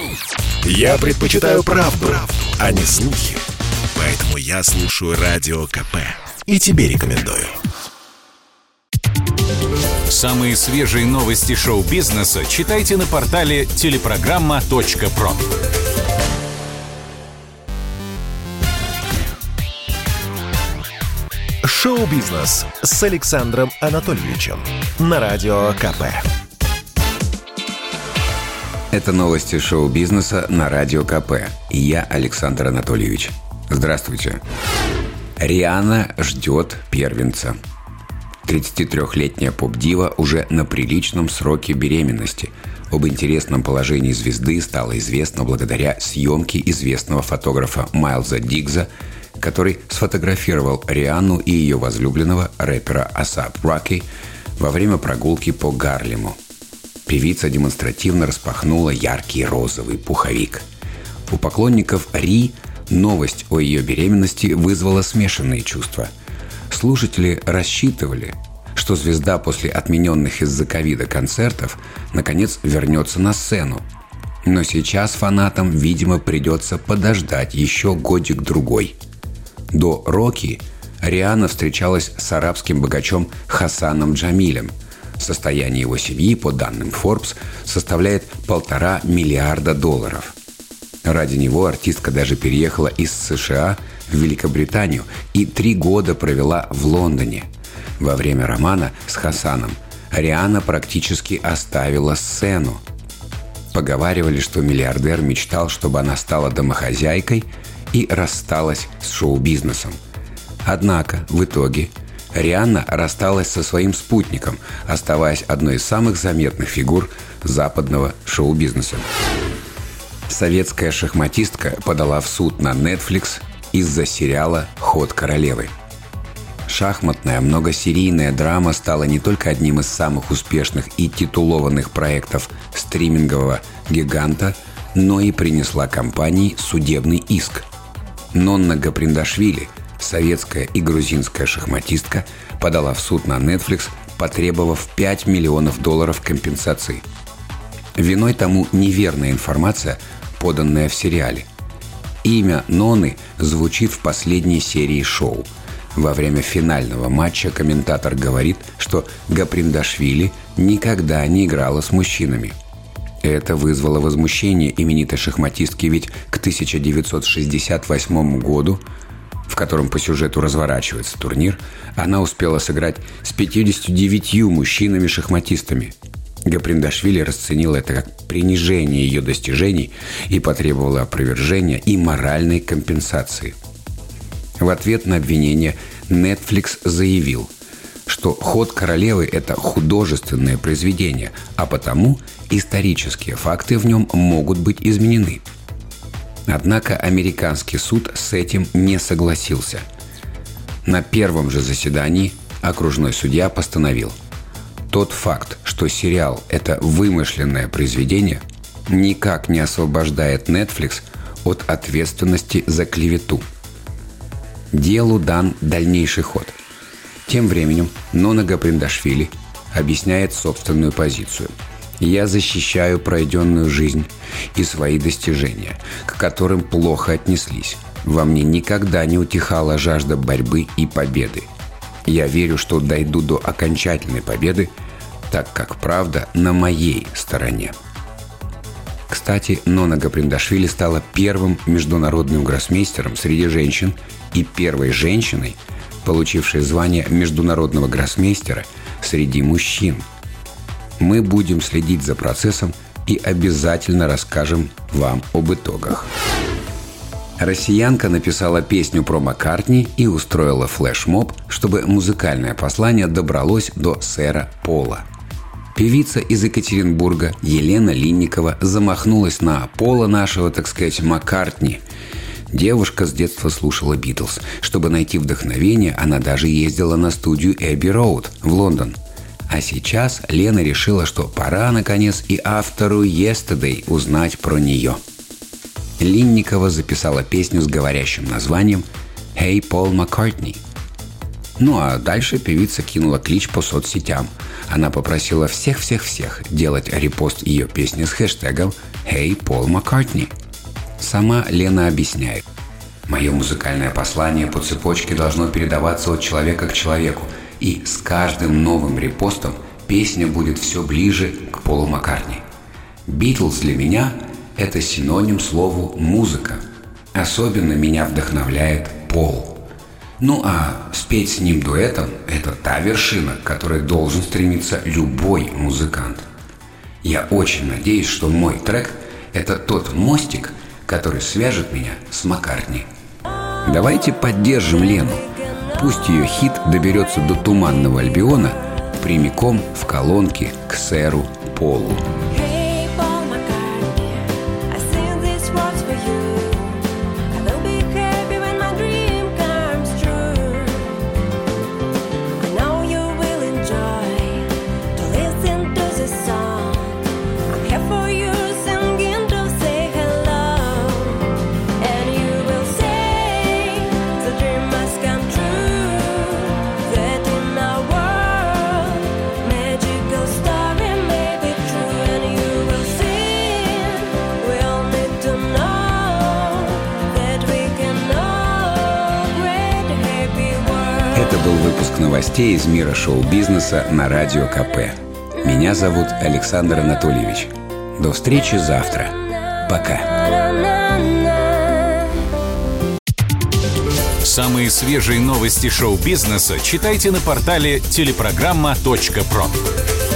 Я предпочитаю правду, а не слухи. Поэтому я слушаю Радио КП. И тебе рекомендую. Самые свежие новости шоу-бизнеса читайте на портале телепрограмма.про. Шоу-бизнес с Александром Анатольевичем на Радио КП. Это новости шоу-бизнеса на Радио КП. И я Александр Анатольевич. Здравствуйте. Рианна ждет первенца. 33-летняя поп-дива уже на приличном сроке беременности. Об интересном положении звезды стало известно благодаря съемке известного фотографа Майлза Диггза, который сфотографировал Рианну и ее возлюбленного, рэпера ASAP Rocky, во время прогулки по Гарлему. Певица демонстративно распахнула яркий розовый пуховик. У поклонников Ри новость о ее беременности вызвала смешанные чувства. Слушатели рассчитывали, что звезда после отмененных из-за ковида концертов наконец вернется на сцену. Но сейчас фанатам, видимо, придется подождать еще годик-другой. До Рокки Рианна встречалась с арабским богачом Хасаном Джамилем. Состояние его семьи, по данным Forbes, составляет $1,5 миллиарда. Ради него артистка даже переехала из США в Великобританию и 3 года провела в Лондоне. Во время романа с Хасаном Рианна практически оставила сцену. Поговаривали, что миллиардер мечтал, чтобы она стала домохозяйкой и рассталась с шоу-бизнесом. Однако, в итоге, Рианна рассталась со своим спутником, оставаясь одной из самых заметных фигур западного шоу-бизнеса. Советская шахматистка подала в суд на Netflix из-за сериала «Ход королевы». Шахматная многосерийная драма стала не только одним из самых успешных и титулованных проектов стримингового гиганта, но и принесла компании судебный иск. Нонна Гаприндашвили, советская и грузинская шахматистка, подала в суд на Netflix, потребовав $5 миллионов компенсации. Виной тому неверная информация, поданная в сериале. Имя Нонны звучит в последней серии шоу. Во время финального матча комментатор говорит, что Гаприндашвили никогда не играла с мужчинами. Это вызвало возмущение именитой шахматистки, ведь к 1968 году, в котором по сюжету разворачивается турнир, она успела сыграть с 59 мужчинами-шахматистами. Гаприндашвили расценила это как принижение ее достижений и потребовала опровержения и моральной компенсации. В ответ на обвинение Netflix заявил, что «Ход королевы» — это художественное произведение, а потому исторические факты в нем могут быть изменены. Однако американский суд с этим не согласился. На первом же заседании окружной судья постановил: тот факт, что сериал – это вымышленное произведение, никак не освобождает Netflix от ответственности за клевету. Делу дан дальнейший ход. Тем временем Нонна Гаприндашвили объясняет собственную позицию. «Я защищаю пройденную жизнь и свои достижения, к которым плохо отнеслись. Во мне никогда не утихала жажда борьбы и победы. Я верю, что дойду до окончательной победы, так как правда на моей стороне». Кстати, Нонна Гаприндашвили стала первым международным гроссмейстером среди женщин и первой женщиной, получившей звание международного гроссмейстера среди мужчин. Мы будем следить за процессом и обязательно расскажем вам об итогах. Россиянка написала песню про Маккартни и устроила флешмоб, чтобы музыкальное послание добралось до сэра Пола. Певица из Екатеринбурга Елена Линникова замахнулась на Пола нашего, так сказать, Маккартни. Девушка с детства слушала Битлз. Чтобы найти вдохновение, она даже ездила на студию Эбби Роуд в Лондон. А сейчас Лена решила, что пора, наконец, и автору Yesterday узнать про нее. Линникова записала песню с говорящим названием «Hey, Paul McCartney». Ну а дальше певица кинула клич по соцсетям. Она попросила всех-всех-всех делать репост ее песни с хэштегом «Hey, Paul McCartney». Сама Лена объясняет. «Мое музыкальное послание по цепочке должно передаваться от человека к человеку, и с каждым новым репостом песня будет все ближе к Полу Маккартни. Битлз для меня – это синоним слову «музыка». Особенно меня вдохновляет Пол. Ну а спеть с ним дуэтом – это та вершина, к которой должен стремиться любой музыкант. Я очень надеюсь, что мой трек – это тот мостик, который свяжет меня с Маккартни. Давайте поддержим Лену. Пусть ее хит доберется до Туманного Альбиона прямиком в колонки к сэру Полу. Это был выпуск новостей из мира шоу-бизнеса на Радио КП. Меня зовут Александр Анатольевич. До встречи завтра. Пока. Самые свежие новости шоу-бизнеса читайте на портале телепрограмма.про.